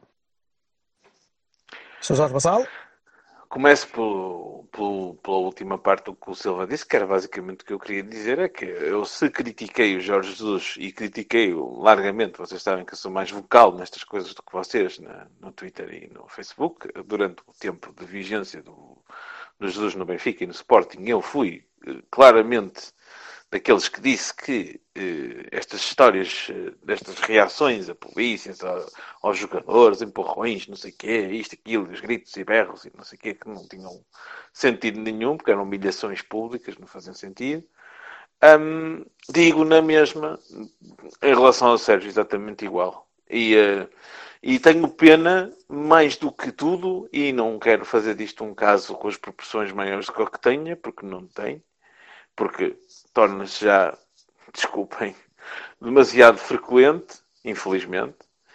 senhor Jorge Vassalo? Começo pelo, pelo, pela última parte do que o Silva disse, que era basicamente o que eu queria dizer, é que eu se critiquei o Jorge Jesus e critiquei-o largamente, vocês sabem que eu sou mais vocal nestas coisas do que vocês na, no Twitter e no Facebook, durante o tempo de vigência do, do Jesus no Benfica e no Sporting, eu fui claramente daqueles que disse que eh, estas histórias, eh, destas reações a polícias, a, aos jogadores, empurrões, não sei o quê, isto, aquilo, os gritos e berros e não sei o quê, que não tinham sentido nenhum, porque eram humilhações públicas, não faziam sentido. Um, digo na mesma, em relação ao Sérgio, exatamente igual. E, uh, e tenho pena, mais do que tudo, e não quero fazer disto um caso com as proporções maiores do que o que tenha, porque não tem, porque torna-se já, desculpem, demasiado frequente, infelizmente,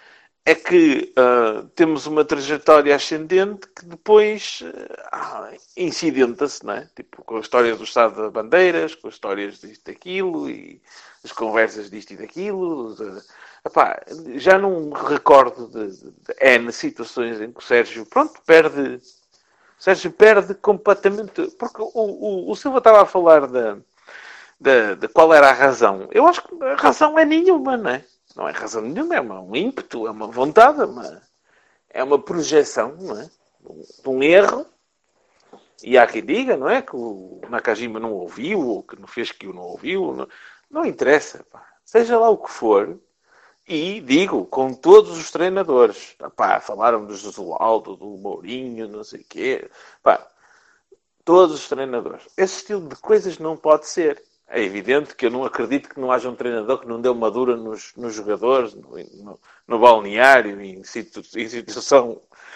é que uh, temos uma trajetória ascendente que depois uh, incidenta-se, não é? Tipo, com a história do Estado das Bandeiras, com as histórias disto e daquilo, e as conversas disto e daquilo. De, epá, já não me recordo de, de, de N situações em que o Sérgio, pronto, perde... O Sérgio perde completamente... Porque o, o, o Silva estava a falar de, de, de qual era a razão. Eu acho que a razão é nenhuma, não é? Não é razão nenhuma, é uma, um ímpeto, é uma vontade, é uma, é uma projeção, não é? De um erro. E há quem diga, não é? Que o Nakajima não ouviu, ou que não fez que o não ouviu. Não, não interessa, pá. Seja lá o que for. E digo, com todos os treinadores. Pá, falaram do Jesualdo, do Mourinho, não sei o quê. Pá, todos os treinadores. Esse estilo de coisas não pode ser. É evidente que eu não acredito que não haja um treinador que não dê uma dura nos, nos jogadores, no, no, no balneário, em, situ, em situação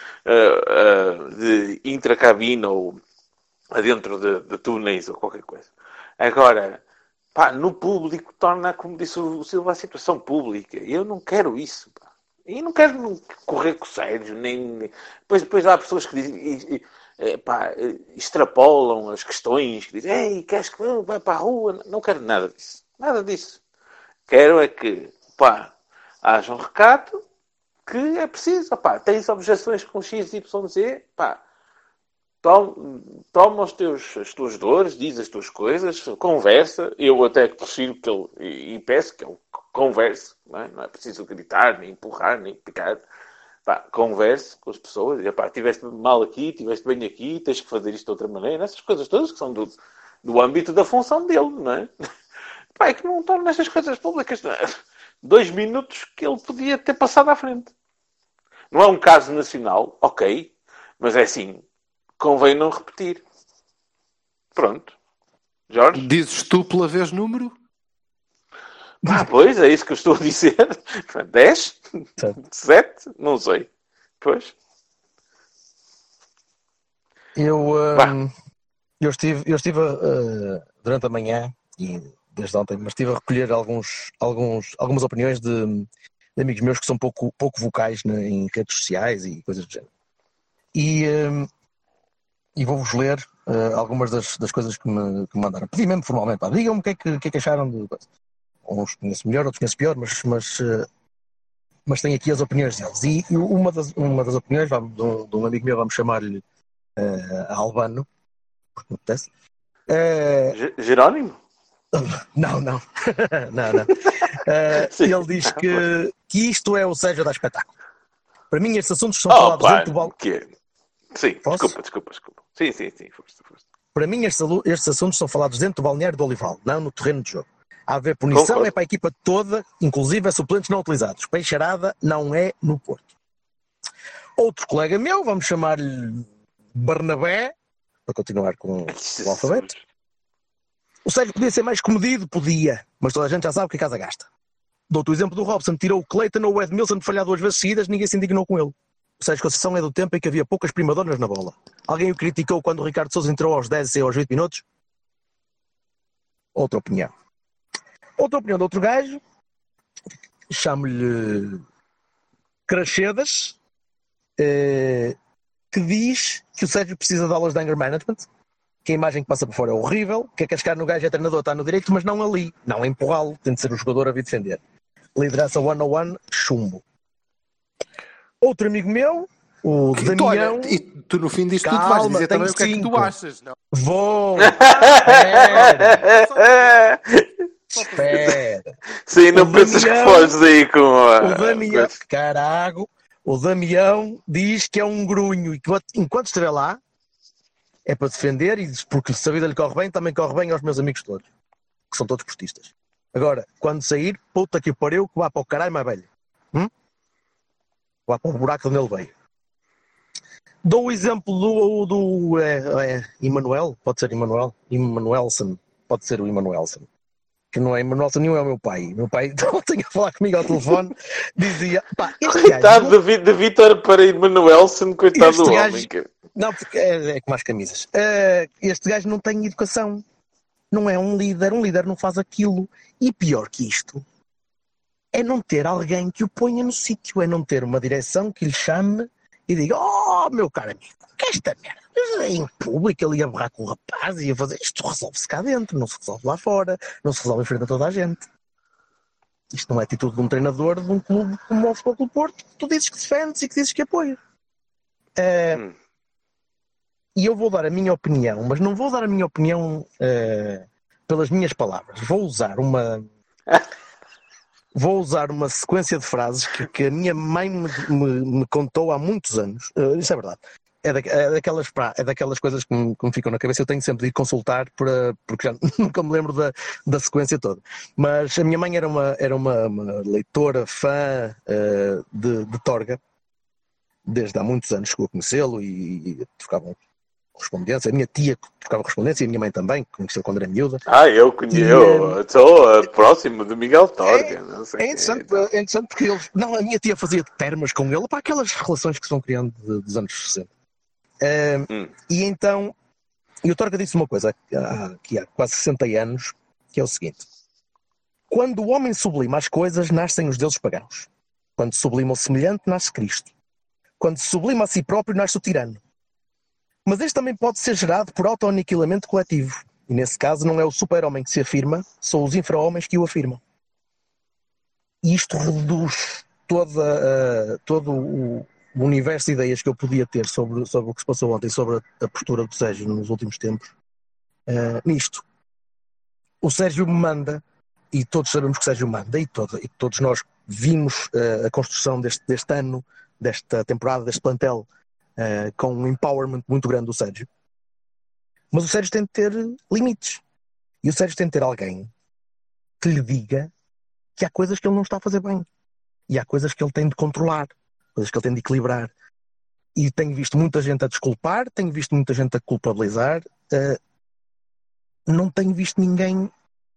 uh, uh, de intracabina ou dentro de, de túneis ou qualquer coisa. Agora, pá, no público torna, como disse o Silva, a situação pública. Eu não quero isso, pá. E não quero correr com o Sérgio, nem... Depois, depois há pessoas que dizem... E, e, Epá, extrapolam as questões, que dizem, ei, queres que vai para a rua? Não quero nada disso. Nada disso. Quero é que, pá, haja um recato que é preciso. Pá, tens objeções com X, Y, Z, pá, toma, toma os teus, as tuas dores, diz as tuas coisas, conversa. Eu até prefiro que ele, e, e peço que ele converse, não é? Não é preciso gritar, nem empurrar, nem picar. Pá, converse com as pessoas, e, pá, estiveste mal aqui, estiveste bem aqui, tens que fazer isto de outra maneira, essas coisas todas que são do, do âmbito da função dele, não é? Pá, é que não torna estas coisas públicas, não é? Dois minutos que ele podia ter passado à frente. Não é um caso nacional, ok, mas é assim, convém não repetir. Pronto. Jorge? Dizes tu pela vez número? Ah, pois, é isso que eu estou a dizer. dez? sete? Não sei. Pois. Eu, um, eu estive, eu estive uh, durante a manhã, e desde ontem, mas estive a recolher alguns, alguns, algumas opiniões de, de amigos meus que são pouco, pouco vocais, né, em redes sociais e coisas do género. E, um, e vou-vos ler uh, algumas das, das coisas que me, que me mandaram. Pedi mesmo formalmente, pá, digam-me o que é que, que, é que acharam de coisa. Uns conheço melhor, outros conheço pior, mas, mas, mas tenho aqui as opiniões deles. E uma das, uma das opiniões, vamos, de, um, de um amigo meu, vamos chamar-lhe uh, Albano, porque me apetece. Uh, Jerónimo? Não, não. não, não. Uh, ele diz que, que isto é o Sérgio da espetáculo. Para mim, estes assuntos são oh, falados pá, dentro do balneário. Sim, Posso? desculpa, desculpa, desculpa. Sim, sim, sim, força, força. Para mim, estes, estes assuntos são falados dentro do balneário do Olival, não no terreno de jogo. A haver punição Concordo. É para a equipa toda, inclusive a suplentes não utilizados. Peixarada não é no Porto. Outro colega meu, vamos chamar-lhe Barnabé, para continuar com o alfabeto. O Sérgio podia ser mais comedido? Podia, mas toda a gente já sabe o que a casa gasta. Dou-te o exemplo do Robson, tirou o Clayton ou o Edmilson de falhar duas vezes seguidas, ninguém se indignou com ele. O Sérgio Conceição é do tempo em que havia poucas primadonas na bola. Alguém o criticou quando o Ricardo Sousa entrou aos dez e saiu aos oito minutos? Outra opinião. Outra opinião de outro gajo, chamo-lhe Crachedas, eh, que diz que o Sérgio precisa de aulas de anger management, que a imagem que passa por fora é horrível, que a cascar no gajo é treinador, está no direito, mas não ali, não é empurrá-lo, tem de ser o jogador a vir defender. Liderança one on one, chumbo. Outro amigo meu, o que Damião... Tu, olha, e tu no fim disto tudo vais dizer também o que é que tu achas, não? Vou! Espera! Espera! Sim, não pensas que foges aí com a... O Damião, carago, o Damião diz que é um grunho e que enquanto estiver lá é para defender, e porque se a vida lhe corre bem, também corre bem aos meus amigos todos, que são todos portistas. Agora, quando sair, puta que o pariu, que vá para o caralho mais velho. Hum? Vá para o buraco onde ele veio. Dou o exemplo do, do é, é, Emanuel, pode ser Emanuel, Emanuelson, pode ser o Emanuelson. Que não é Emanuelson nenhum, é o meu pai. O meu pai ontem a falar comigo ao telefone, dizia, pá, este coitado gajo... de, de Vítor para Emanuelson, coitado este do gajo, homem. Que... Não, porque é, é como as camisas. Uh, este gajo não tem educação. Não é um líder. Um líder não faz aquilo. E pior que isto, é não ter alguém que o ponha no sítio, é não ter uma direção que lhe chame e diga: oh, meu caro amigo, que é esta merda? Em público, ele ia berrar com o rapaz e ia fazer isto, resolve-se cá dentro, não se resolve lá fora, não se resolve em frente a toda a gente. Isto não é atitude de um treinador de um clube como o Futebol Clube do Porto, que tu dizes que defendes e que dizes que apoias. É, hum. E eu vou dar a minha opinião, mas não vou dar a minha opinião uh, pelas minhas palavras. Vou usar uma vou usar uma sequência de frases que, que a minha mãe me, me, me contou há muitos anos. Uh, isso é verdade. É, da, é, daquelas, pá, é daquelas coisas que me, que me ficam na cabeça. Eu tenho sempre de ir consultar para, porque já nunca me lembro da, da sequência toda. Mas a minha mãe era uma, era uma, uma leitora, fã uh, de, de Torga. Desde há muitos anos chegou a conhecê-lo e, e trocavam correspondência. A minha tia trocava correspondência e a minha mãe também, que conheceu quando era miúda. Ah, eu conheço. Estou uh, próximo de Miguel Torga. É, não sei é, interessante, é, é interessante porque eles... Não, a minha tia fazia termas com ele para aquelas relações que se vão criando de, dos anos sessenta. Uh, hum. E então, e o Torga disse uma coisa há, aqui há quase sessenta anos, que é o seguinte: quando o homem sublima as coisas, nascem os deuses pagãos. Quando sublima o semelhante, nasce Cristo. Quando se sublima a si próprio, nasce o tirano. Mas este também pode ser gerado por autoaniquilamento coletivo. E nesse caso não é o super-homem que se afirma, são os infra-homens que o afirmam. E isto reduz toda, uh, todo o o universo de ideias que eu podia ter sobre, sobre o que se passou ontem, sobre a, a postura do Sérgio nos últimos tempos, uh, nisto. O Sérgio manda, e todos sabemos que o Sérgio manda, e, todo, e todos nós vimos uh, a construção deste, deste ano, desta temporada, deste plantel, uh, com um empowerment muito grande do Sérgio. Mas o Sérgio tem de ter limites. E o Sérgio tem de ter alguém que lhe diga que há coisas que ele não está a fazer bem. E há coisas que ele tem de controlar. Coisas que ele tem de equilibrar. E tenho visto muita gente a desculpar, tenho visto muita gente a culpabilizar, uh, não tenho visto ninguém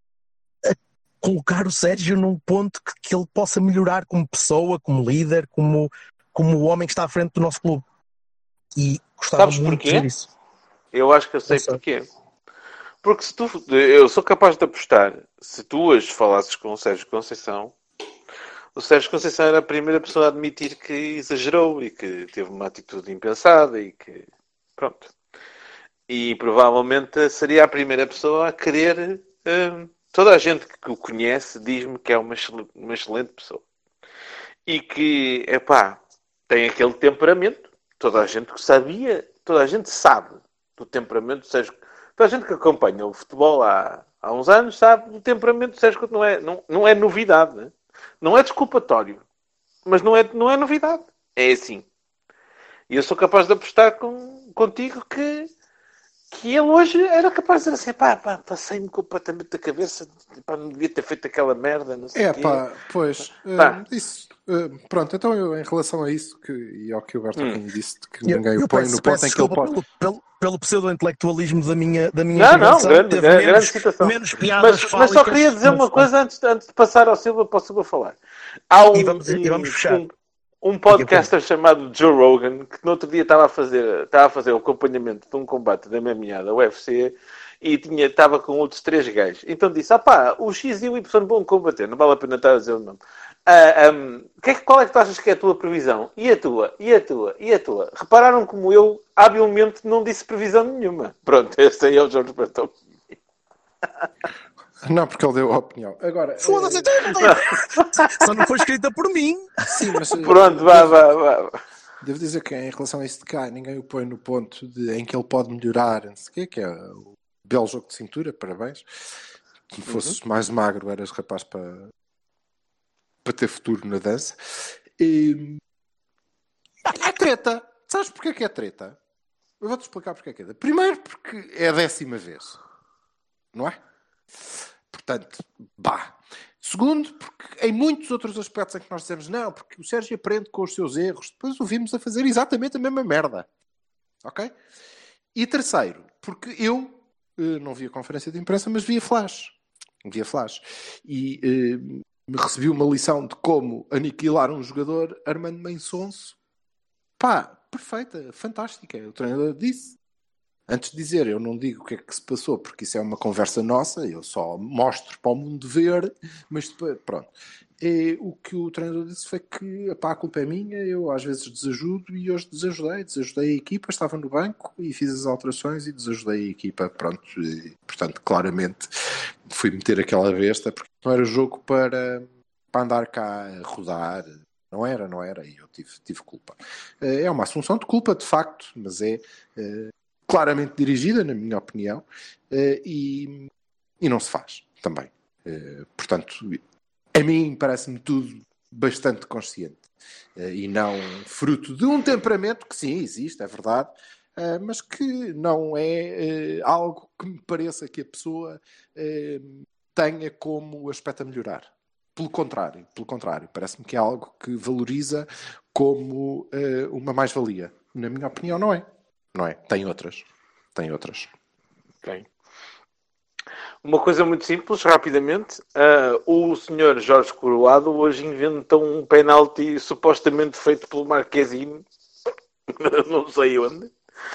a colocar o Sérgio num ponto que, que ele possa melhorar como pessoa, como líder, como, como o homem que está à frente do nosso clube. E gostava Sabes muito porquê? de ver isso. Eu acho que eu sei porquê. Porque se tu, eu sou capaz de apostar, se tu hoje falasses com o Sérgio Conceição, o Sérgio Conceição era a primeira pessoa a admitir que exagerou e que teve uma atitude impensada e que... Pronto. E provavelmente seria a primeira pessoa a querer... Hum, toda a gente que o conhece diz-me que é uma excelente, uma excelente pessoa. E que, epá, tem aquele temperamento. Toda a gente que sabia, toda a gente sabe do temperamento do Sérgio. Toda a gente que acompanha o futebol há, há uns anos sabe do temperamento do Sérgio. Não é, não, não é novidade, né? Não é desculpatório, mas não é, não é novidade. É assim. E eu sou capaz de apostar com, contigo que, que ele hoje era capaz de dizer assim: pá, pá passei-me completamente da cabeça, pá, não devia ter feito aquela merda, não sei É o quê. pá, pois, Pá. uh, isso, uh, pronto, então eu, em relação a isso, que, e ao que o Berto hum. disse, que eu, ninguém eu o põe peço, no ponto em que ele pode... Pelo, pelo, pelo pseudo-intelectualismo da minha, da minha Não, não, intervenção, grande, teve grande, menos, grande citação. menos piadas mas, mas só queria dizer uma coisa antes, antes de passar ao Silva, para o Silva falar. Há um, e, vamos, um, e vamos fechar. Um, um podcaster chamado Joe Rogan, que no outro dia estava a fazer, estava a fazer o acompanhamento de um combate da M M A da U F C e tinha, estava com outros três gajos. Então disse: ah pá, o X e o Y vão combater, não vale a pena estar a dizer o nome. Ah, um, que é, qual é que tu achas que é a tua previsão? E a tua? E a tua? E a tua? Repararam como eu, habilmente, não disse previsão nenhuma. Pronto, esse aí é o Jorge Bertão. Não, porque ele deu a opinião. Agora, foda-se, então eu não tenho. Só não foi escrita por mim. Sim, mas... Pronto, vá, vá, vá. Devo dizer que em relação a isso de cá, ninguém o põe no ponto de, em que ele pode melhorar, não sei o quê, que é o belo jogo de cintura, parabéns. Se fosse uhum. mais magro, eras rapaz para, para ter futuro na dança. E... É treta. Sabes porquê que é treta? Eu vou-te explicar porquê que é treta. Primeiro, porque é a décima vez. Não é? Portanto, bah. Segundo, porque em muitos outros aspectos em que nós dizemos não, porque o Sérgio aprende com os seus erros, depois o vimos a fazer exatamente a mesma merda. Ok? E terceiro, porque eu eh, não vi a conferência de imprensa, mas vi a flash. Vi a flash. E eh, me recebi uma lição de como aniquilar um jogador armando-me em sonso. Pá, perfeita, fantástica. O treinador disse. Antes de dizer, eu não digo o que é que se passou, porque isso é uma conversa nossa, eu só mostro para o mundo ver, mas depois, pronto. E o que o treinador disse foi que epá, a culpa é minha, eu às vezes desajudo e hoje desajudei, desajudei a equipa, estava no banco e fiz as alterações e desajudei a equipa, pronto, e, portanto, claramente fui meter aquela besta, porque não era jogo para, para andar cá a rodar, não era, não era, e eu tive, tive culpa. É uma assunção de culpa, de facto, mas é uh, claramente dirigida, na minha opinião, uh, e, e não se faz também. Uh, portanto, a mim parece-me tudo bastante consciente uh, e não fruto de um temperamento que sim, existe, é verdade, uh, mas que não é uh, algo que me pareça que a pessoa uh, tenha como aspecto a melhorar. Pelo contrário, pelo contrário, parece-me que é algo que valoriza como uh, uma mais-valia. Na minha opinião, não é. Não é. Tem outras. Tem outras. Tem. Uma coisa muito simples, rapidamente. Uh, o senhor Jorge Coroado hoje inventou um penalti supostamente feito pelo Marquezine. Não sei onde.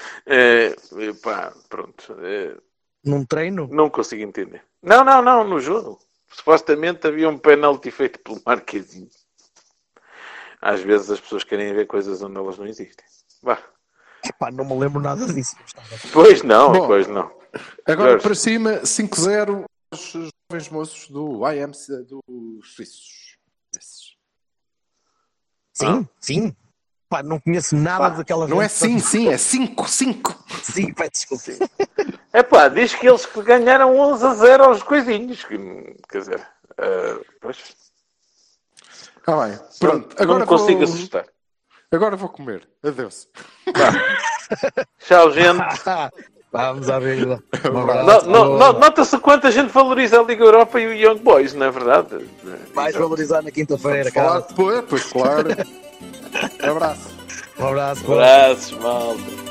Uh, pá, pronto. Uh, Num treino? Não consigo entender. Não, não, não, no jogo. Supostamente havia um penalti feito pelo Marquezine. Às vezes as pessoas querem ver coisas onde elas não existem. Vá. Epá, não me lembro nada disso. Pois não, Bom, pois não. Agora Jorge. para cima, cinco zero os jovens moços do I M C dos suíços. Esses. Sim, Ah. sim. Pá, não conheço nada Pá, daquela Não é gente. sim, sim, é cinco, cinco. Sim, pá, desculpe. É pá, diz que eles que ganharam onze a zero aos coisinhos. Que, quer dizer, uh, pois. Ah, bem. Pronto, Não, agora não consigo vou... assustar. Agora vou comer. Adeus. Tchau, gente. Vamos à vida. Um No, abraço. no, no, Nota-se quanto a gente valoriza a Liga Europa e o Young Boys, não é verdade? Vais valorizar na quinta-feira, Falar cara. depois, pois claro. Abraço. Um abraço. Abraços, malta.